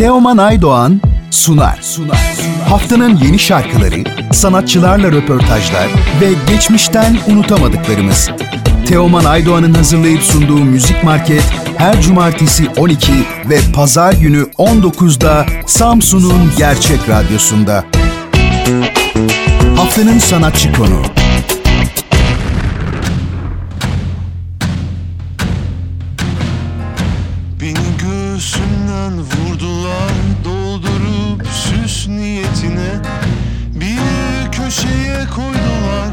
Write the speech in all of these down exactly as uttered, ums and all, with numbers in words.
Teoman Aydoğan sunar. sunar. Haftanın yeni şarkıları, sanatçılarla röportajlar ve geçmişten unutamadıklarımız. Teoman Aydoğan'ın hazırlayıp sunduğu Müzik Market her cumartesi on iki ve pazar günü on dokuzda Samsun'un Gerçek Radyosu'nda. Haftanın sanatçı konuğu. Beni göğsümden vurdular, doldurup süs niyetine bir köşeye koydular.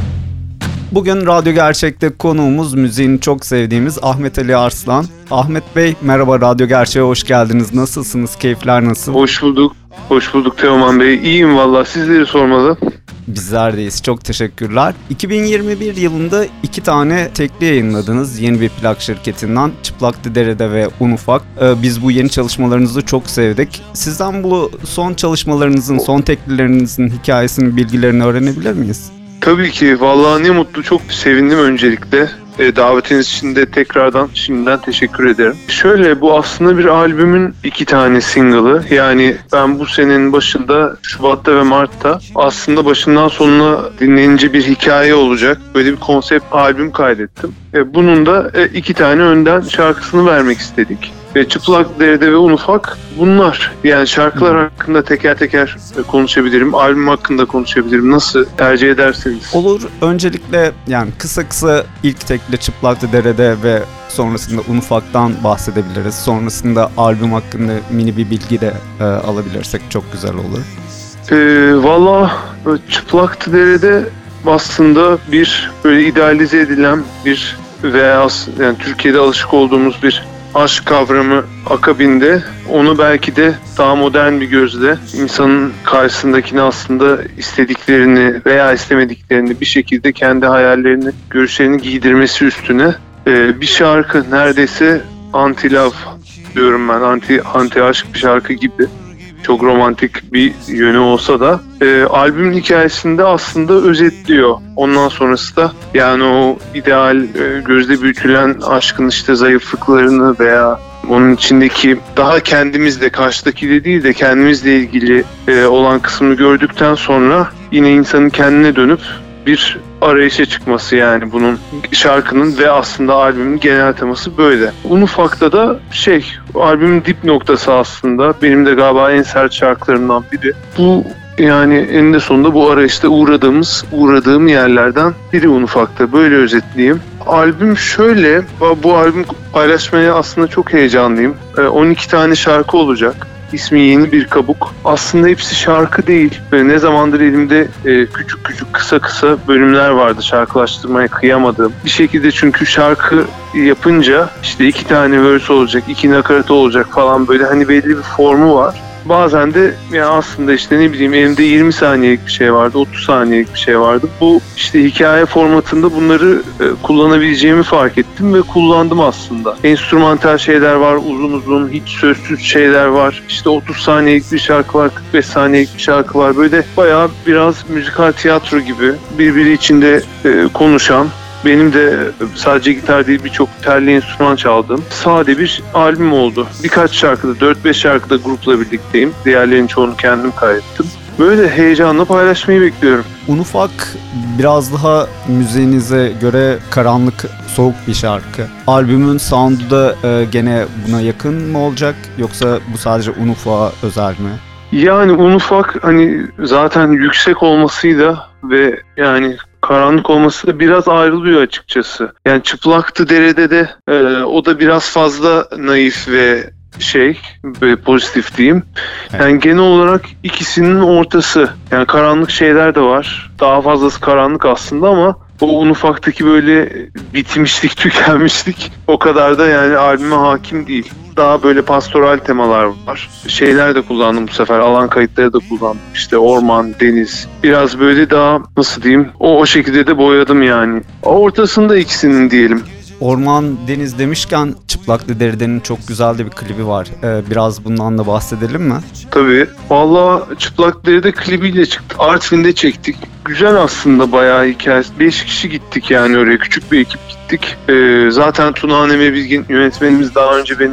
Bugün Radyo Gerçek'te konuğumuz müziğini çok sevdiğimiz Ahmet Ali Arslan. Ahmet Bey, merhaba, Radyo Gerçek'e hoş geldiniz. Nasılsınız? Keyifler nasıl? Hoş bulduk. Hoş bulduk Teoman Bey. İyiyim valla. Sizleri sormalı. Bizler deyiz. Çok teşekkürler. iki bin yirmi bir yılında iki tane tekli yayınladınız yeni bir plak şirketinden. Çıplak Dere'de ve Un Ufak. Ee, biz bu yeni çalışmalarınızı çok sevdik. Sizden bu son çalışmalarınızın, son teklilerinizin hikayesini, bilgilerini öğrenebilir miyiz? Tabii ki. Vallahi ne mutlu. Çok sevindim öncelikle. E, davetiniz için de tekrardan şimdiden teşekkür ederim. Şöyle, bu aslında bir albümün iki tane single'ı. Yani ben bu senenin başında, Şubat'ta ve Mart'ta aslında başından sonuna dinlenince bir hikaye olacak. Böyle bir konsept albüm kaydettim. E, bunun da e, iki tane önden şarkısını vermek istedik. Ve Çıplak Dere'de ve Un Ufak bunlar. Yani şarkılar hakkında teker teker konuşabilirim. Albüm hakkında konuşabilirim. Nasıl tercih ederseniz. Olur. Öncelikle yani kısa kısa ilk tekli Çıplak Dere'de ve sonrasında Un Ufak'tan bahsedebiliriz. Sonrasında albüm hakkında mini bir bilgi de e, alabilirsek çok güzel olur. E, Valla Çıplak Dere'de aslında bir böyle idealize edilen bir veya yani Türkiye'de alışık olduğumuz bir aşk kavramı akabinde onu belki de daha modern bir gözle insanın karşısındakini aslında istediklerini veya istemediklerini bir şekilde kendi hayallerini, görüşlerini giydirmesi üstüne e, bir şarkı, neredeyse anti-love diyorum ben, anti anti aşk bir şarkı gibi. Çok romantik bir yönü olsa da e, albümün hikayesinde aslında özetliyor. Ondan sonrası da yani o ideal e, gözde büyütülen aşkın işte zayıflıklarını veya onun içindeki daha kendimizle, karşıdakiyle değil de kendimizle ilgili e, olan kısmını gördükten sonra yine insanın kendine dönüp bir arayışa çıkması, yani bunun şarkının ve aslında albümün genel teması böyle. Un Ufak'ta da şey, albümün dip noktası aslında. Benim de galiba en sert şarkılarımdan biri. Bu yani eninde sonunda bu arayışta uğradığımız, uğradığım yerlerden biri Un Ufak'ta. Böyle özetleyeyim. Albüm şöyle, bu albüm paylaşmaya aslında çok heyecanlıyım. on iki tane şarkı olacak. İsmi Yeni Bir Kabuk. Aslında hepsi şarkı değil. Böyle ne zamandır elimde e, küçük küçük kısa kısa bölümler vardı şarkılaştırmaya kıyamadığım. Bir şekilde, çünkü şarkı yapınca işte iki tane verse olacak, iki nakarat olacak falan, böyle hani belli bir formu var. Bazen de ya aslında işte ne bileyim elimde yirmi saniyelik bir şey vardı, otuz saniyelik bir şey vardı. Bu işte hikaye formatında bunları e, kullanabileceğimi fark ettim ve kullandım aslında. Enstrümantal şeyler var, uzun uzun hiç sözsüz şeyler var. İşte otuz saniyelik bir şarkı var, kırk beş saniyelik bir şarkı var. Böyle bayağı biraz müzikal tiyatro gibi birbiri içinde e, konuşan, benim de sadece gitar değil birçok telli enstrüman çaldığım sade bir albüm oldu. Birkaç şarkıda, dört beş şarkıda grupla birlikteyim. Diğerlerinin çoğunu kendim kaydettim. Böyle heyecanla paylaşmayı bekliyorum. Un Ufak biraz daha müziğinize göre karanlık, soğuk bir şarkı. Albümün sound'u da e, gene buna yakın mı olacak, yoksa bu sadece Un Ufak'a özel mi? Yani Un Ufak hani zaten yüksek olmasıyla ve yani karanlık olması da biraz ayrılıyor açıkçası. Yani Çıplaktı Dere'de de e, o da biraz fazla naif ve şey, böyle pozitif diyeyim. Yani genel olarak ikisinin ortası. Yani karanlık şeyler de var. Daha fazlası karanlık aslında ama o Un Ufak'taki böyle bitmişlik, tükenmişlik o kadar da yani albüme hakim değil. Daha böyle pastoral temalar var. Şeyler de kullandım bu sefer. Alan kayıtları da kullandım. İşte orman, deniz. Biraz böyle daha nasıl diyeyim? O, o şekilde de boyadım yani. Ortasında ikisinin diyelim. Orman, deniz demişken Çıplak Dere'nin çok güzel de bir klibi var. Ee, biraz bundan da bahsedelim mi? Tabii. Vallahi Çıplak Dere'de klibiyle çıktı. Artvin'de çektik. Güzel aslında, bayağı hikayesi. Beş kişi gittik yani oraya. Küçük bir ekip gittik. Ee, zaten Tuna Neme Bilgin yönetmenimiz daha önce benim işte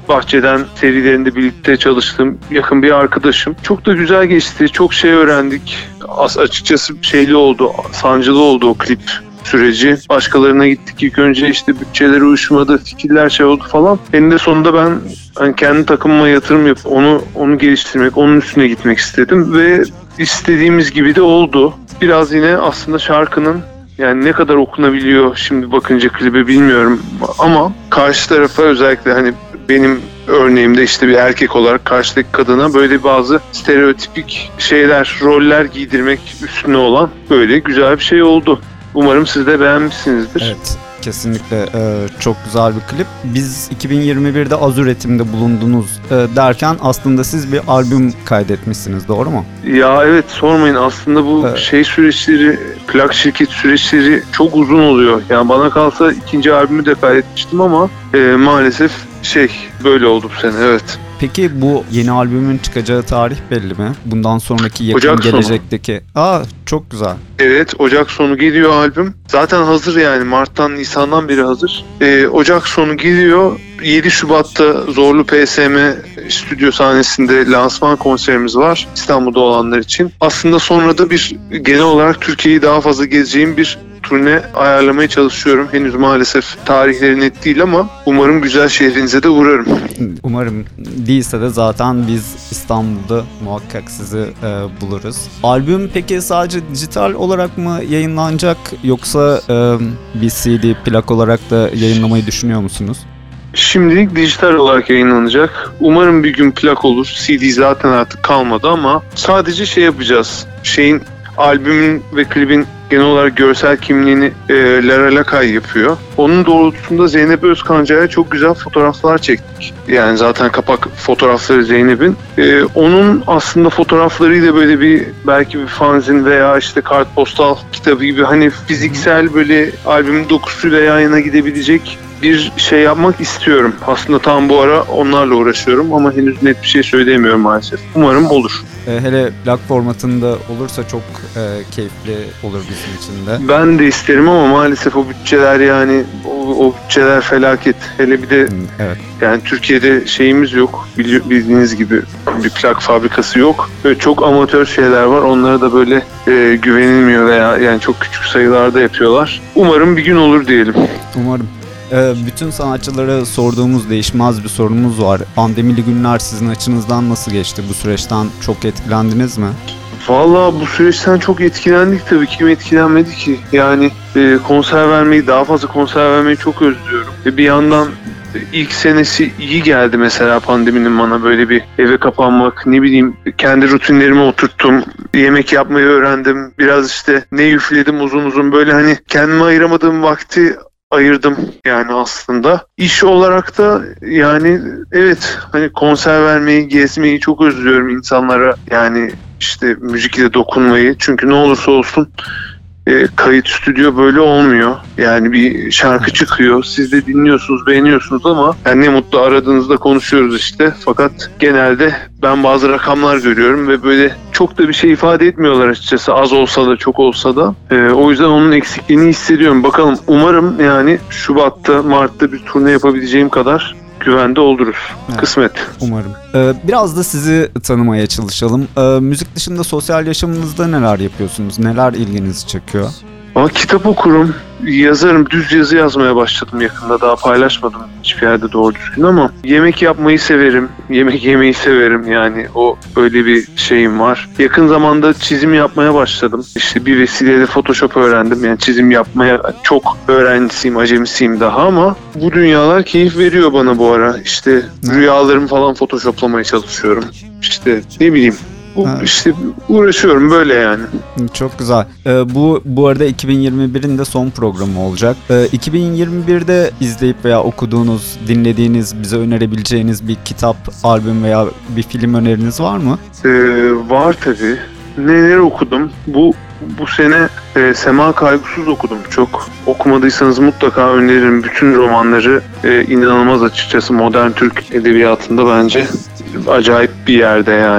Bahçeden serilerinde birlikte çalıştığım yakın bir arkadaşım. Çok da güzel geçti. Çok şey öğrendik. As açıkçası şeyli oldu, sancılı oldu o klip süreci. Başkalarına gittik ilk önce, işte bütçeler uyuşmadı, fikirler şey oldu falan. Eninde sonunda ben hani kendi takımıma yatırım yapıp onu onu geliştirmek, onun üstüne gitmek istedim ve istediğimiz gibi de oldu. Biraz yine aslında şarkının yani ne kadar okunabiliyor şimdi bakınca klibe bilmiyorum ama karşı tarafa, özellikle hani benim örneğimde işte bir erkek olarak karşıdaki kadına böyle bazı stereotipik şeyler, roller giydirmek üstüne olan böyle güzel bir şey oldu. Umarım siz de beğenmişsinizdir. Evet, kesinlikle e, çok güzel bir klip. Biz iki bin yirmi birde az üretimde bulundunuz e, derken aslında siz bir albüm kaydetmişsiniz, doğru mu? Ya evet, sormayın, aslında bu Evet. şey süreçleri, plak şirket süreçleri çok uzun oluyor. Yani bana kalsa ikinci albümü de kaydetmiştim ama e, maalesef şey böyle oldu bu sene, evet. Peki bu yeni albümün çıkacağı tarih belli mi? Bundan sonraki yakın Ocak sonu. gelecekteki... Aa, çok güzel. Evet, Ocak sonu geliyor albüm. Zaten hazır yani, Mart'tan Nisan'dan beri hazır. Ee, Ocak sonu geliyor. yedi Şubat'ta Zorlu P S M stüdyo sahnesinde lansman konserimiz var İstanbul'da olanlar için. Aslında sonra da bir genel olarak Türkiye'yi daha fazla gezeceğim bir turne ayarlamaya çalışıyorum. Henüz maalesef tarihleri net değil ama umarım güzel şehrinize de uğrarım. Umarım değilse de zaten biz İstanbul'da muhakkak sizi e, buluruz. Albüm peki sadece dijital olarak mı yayınlanacak yoksa e, bir C D, plak olarak da yayınlamayı düşünüyor musunuz? Şimdilik dijital olarak yayınlanacak. Umarım bir gün plak olur. C D zaten artık kalmadı ama sadece şey yapacağız. Şeyin, albümün ve klibin genel olarak görsel kimliğini e, Lara Lakay yapıyor. Onun doğrultusunda Zeynep Özkanca'ya çok güzel fotoğraflar çektik. Yani zaten kapak fotoğrafları Zeynep'in. E, onun aslında fotoğraflarıyla böyle bir, belki bir fanzin veya işte kartpostal kitabı gibi hani fiziksel böyle albümün dokusuyla yayına gidebilecek bir şey yapmak istiyorum. Aslında tam bu ara onlarla uğraşıyorum ama henüz net bir şey söyleyemiyorum maalesef. Umarım olur. E, hele plak formatında olursa çok e, keyifli olur bizim için de. Ben de isterim ama maalesef o bütçeler yani o, o bütçeler felaket. Hele bir de Hmm, evet. yani Türkiye'de şeyimiz yok. Bili- Bildiğiniz gibi bir plak fabrikası yok. Böyle çok amatör şeyler var. Onlara da böyle e, güvenilmiyor veya yani çok küçük sayılarda yapıyorlar. Umarım bir gün olur diyelim. Umarım. Ee, bütün sanatçılara sorduğumuz değişmez bir sorumuz var. Pandemili günler sizin açınızdan nasıl geçti? Bu süreçten çok etkilendiniz mi? Vallahi bu süreçten çok etkilendik tabii. Kim etkilenmedi ki? Yani e, konser vermeyi, daha fazla konser vermeyi çok özlüyorum. Ve bir yandan e, ilk senesi iyi geldi mesela pandeminin bana, böyle bir eve kapanmak, ne bileyim kendi rutinlerimi oturttum. Yemek yapmayı öğrendim. Biraz işte ne üfledim uzun uzun, böyle hani kendime ayıramadığım vakti ayırdım yani aslında. İş olarak da yani evet, hani konser vermeyi, gezmeyi çok özlüyorum, insanlara yani işte müzikle dokunmayı. Çünkü ne olursa olsun e, kayıt stüdyo böyle olmuyor. Yani bir şarkı çıkıyor, siz de dinliyorsunuz, beğeniyorsunuz ama yani ne mutlu aradığınızda konuşuyoruz işte. Fakat genelde ben bazı rakamlar görüyorum ve böyle çok da bir şey ifade etmiyorlar açıkçası, az olsa da çok olsa da. E, o yüzden onun eksikliğini hissediyorum. Bakalım, umarım yani Şubat'ta, Mart'ta bir turne yapabileceğim kadar güvende oluruz. Evet. Kısmet. Umarım. Ee, biraz da sizi tanımaya çalışalım. Ee, müzik dışında sosyal yaşamınızda neler yapıyorsunuz? Neler ilginizi çekiyor? Ama kitap okurum, yazarım, düz yazı yazmaya başladım yakında, daha paylaşmadım hiçbir yerde doğru düzgün ama yemek yapmayı severim, yemek yemeyi severim, yani o öyle bir şeyim var. Yakın zamanda çizim yapmaya başladım, işte bir vesileyle Photoshop öğrendim, yani çizim yapmaya çok öğrencisiyim, acemisiyim daha ama bu dünyalar keyif veriyor bana bu ara. İşte rüyalarımı falan Photoshoplamaya çalışıyorum, işte ne bileyim. Bu, Evet. işte uğraşıyorum böyle yani. Çok güzel. Ee, bu bu arada iki bin yirmi birin de son programı olacak. Ee, iki bin yirmi birde izleyip veya okuduğunuz, dinlediğiniz, bize önerebileceğiniz bir kitap, albüm veya bir film öneriniz var mı? Ee, var tabii. Neler okudum? Bu bu sene e, Sema Kaygusuz okudum çok. Okumadıysanız mutlaka öneririm. Bütün romanları e, inanılmaz açıkçası, modern Türk edebiyatında bence acayip bir yerde yani.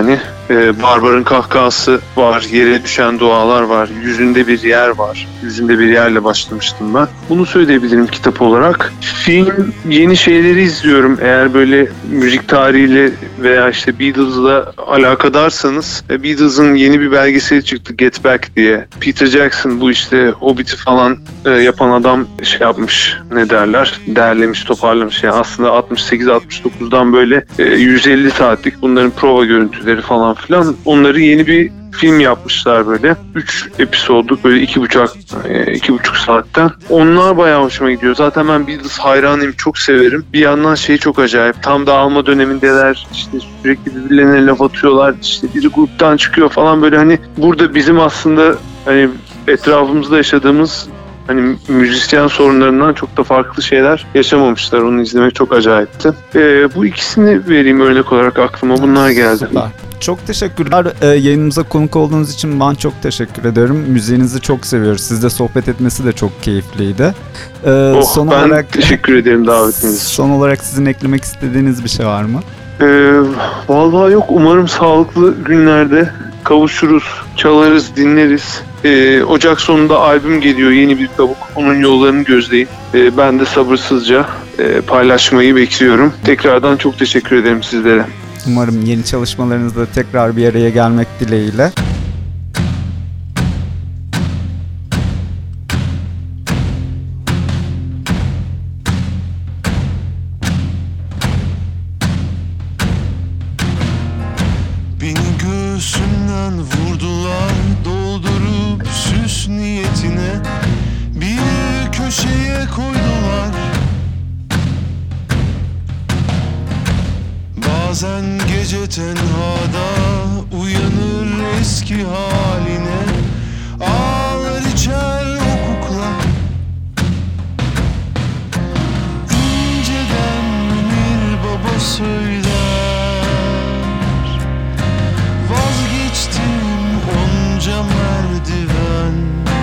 e, Barbar'ın kahkahası var, yere düşen dualar var, yüzünde bir yer var. Yüzünde bir yerle başlamıştım ben. Bunu söyleyebilirim kitap olarak. Film, yeni şeyleri izliyorum. Eğer böyle müzik tarihiyle veya işte Beatles'la alakadarsanız, Beatles'ın yeni bir belgeseli çıktı, Get Back diye. Peter Jackson, bu işte Hobbit'i falan e, yapan adam şey yapmış, ne derler, derlemiş, toparlamış. Yani aslında altmış sekiz altmış dokuzdan böyle e, yüz elli saatlik bunların prova görüntüleri falan filan, onları yeni bir film yapmışlar böyle. Üç episodluk, böyle iki buçuk, iki buçuk saatten. Onlar bayağı hoşuma gidiyor. Zaten ben Beatles hayranıyım, çok severim. Bir yandan şey çok acayip. Tam dağılma dönemindeler. İşte sürekli birbirlerine laf atıyorlar. İşte biri gruptan çıkıyor falan böyle, hani burada bizim aslında hani etrafımızda yaşadığımız hani müzisyen sorunlarından çok da farklı şeyler yaşamamışlar. Onu izlemek çok acayipti. Ee, bu ikisini vereyim örnek olarak, aklıma bunlar geldi. Süper. Çok teşekkürler. Ee, yayınımıza konuk olduğunuz için ben çok teşekkür ederim. Müziğinizi çok seviyoruz. Sizle sohbet etmesi de çok keyifliydi. Ee, oh, son ben olarak, teşekkür ederim davetiniz için. Son olarak sizin eklemek istediğiniz bir şey var mı? Ee, vallahi yok. Umarım sağlıklı günlerde kavuşuruz, çalarız, dinleriz. Ee, Ocak sonunda albüm geliyor, yeni bir kabuk. Onun yollarını gözleyin. Ee, ben de sabırsızca e, paylaşmayı bekliyorum. Tekrardan çok teşekkür ederim sizlere. Umarım yeni çalışmalarınızda tekrar bir araya gelmek dileğiyle. Beni göğsümden vurdular, doldurup süs niyetine bir köşeye koydular. Bazen gece tenhada uyanır eski haline, ağlar içer o kukla. İnceden Münir Baba söyler, vazgeçtim onca merdiven.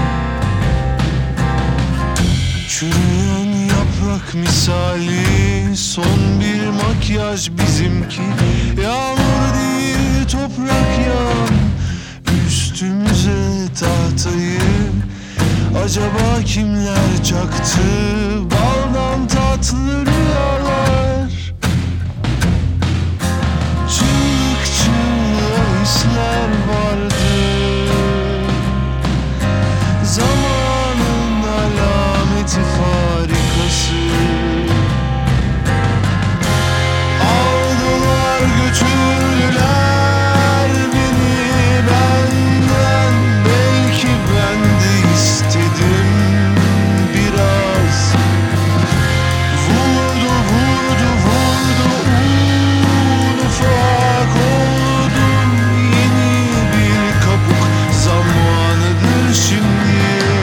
Çürüyen yaprak misali son bir makyaj bizimki. Yağmur değil toprak yağan üstümüze tahtayı. Acaba kimler çaktı baldan tatlı rüyalar? Çığlık çığlığa hisler vardı, zamanın alameti farikası. Aldılar götürdüler beni benden, belki ben de istedim biraz. Vurdu vurdu vurdu un ufak oldum, yeni bir kabuk zamanıdır şimdi.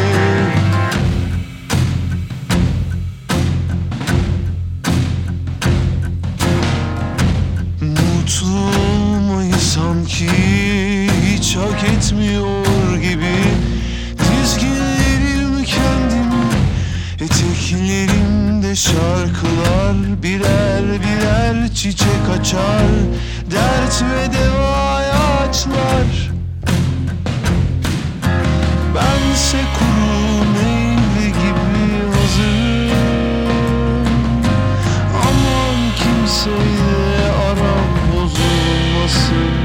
Mutlu olmayı sanki hiç hak etmiyor gibi dizginlerim kendimi, eteklerimde şarkılar birer birer çiçek açar, dert ve devaya açlar. Bense kuru meyve gibi hazırım, aman kimseyle aram bozulmasın.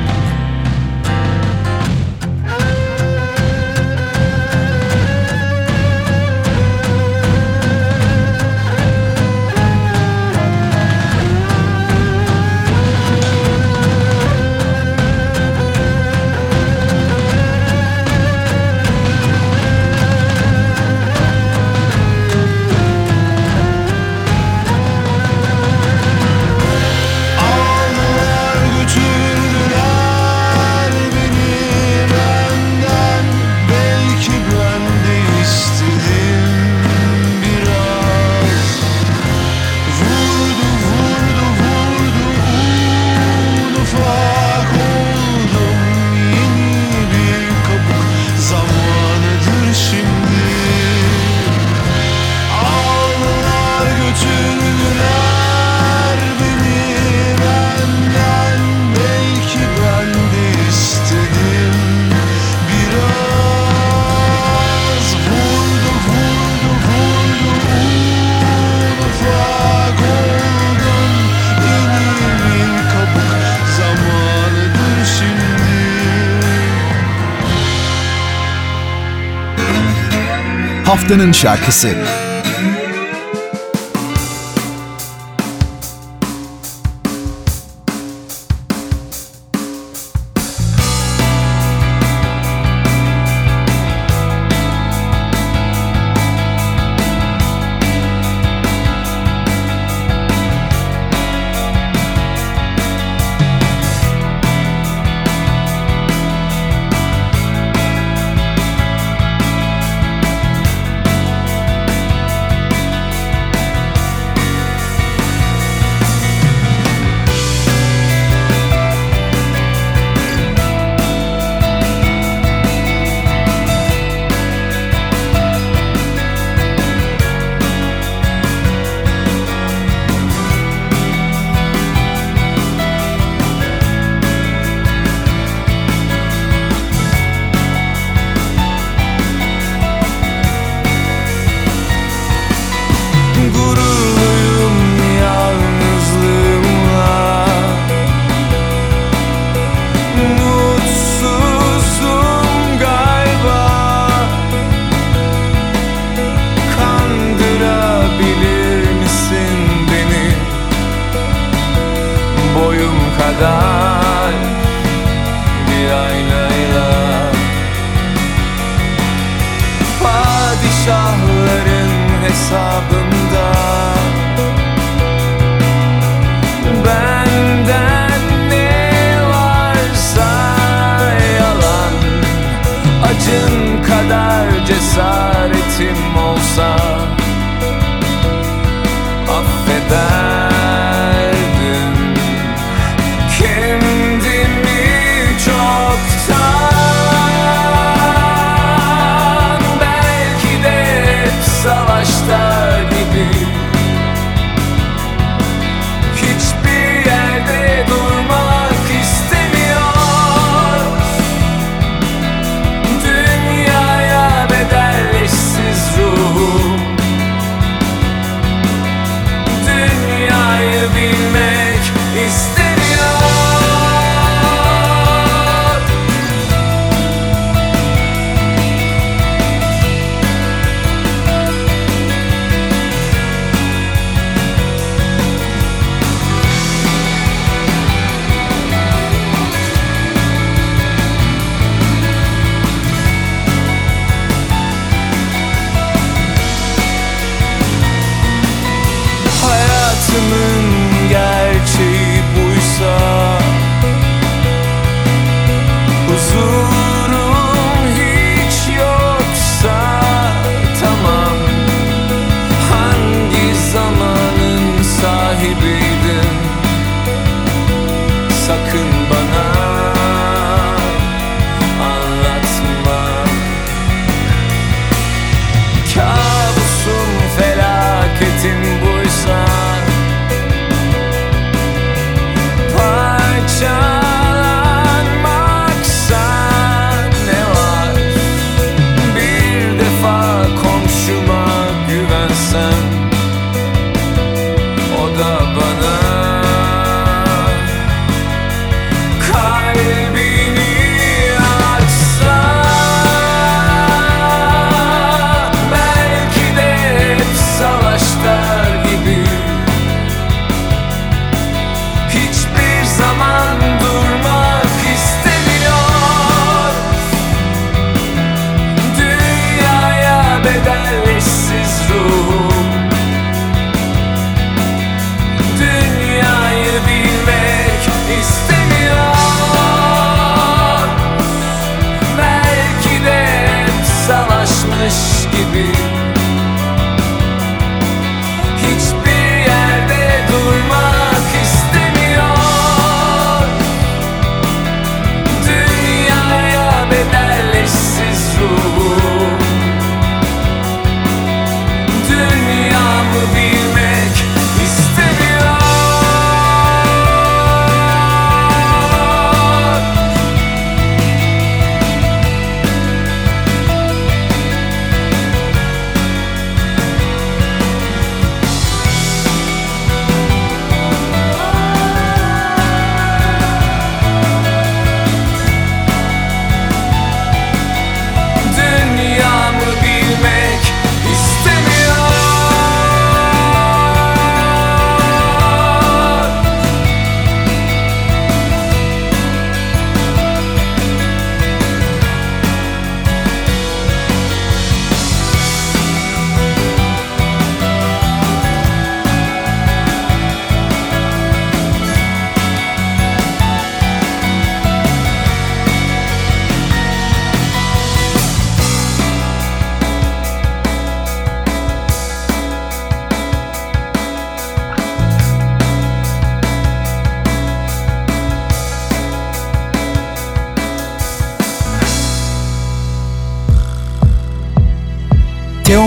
haftanın şarkısı.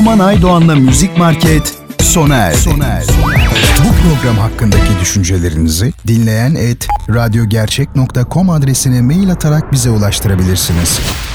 Teoman Aydoğan'la Müzik Market sona erdi. Sona erdi. Bu program hakkındaki düşüncelerinizi dinleyen et radyogercek nokta com adresine mail atarak bize ulaştırabilirsiniz.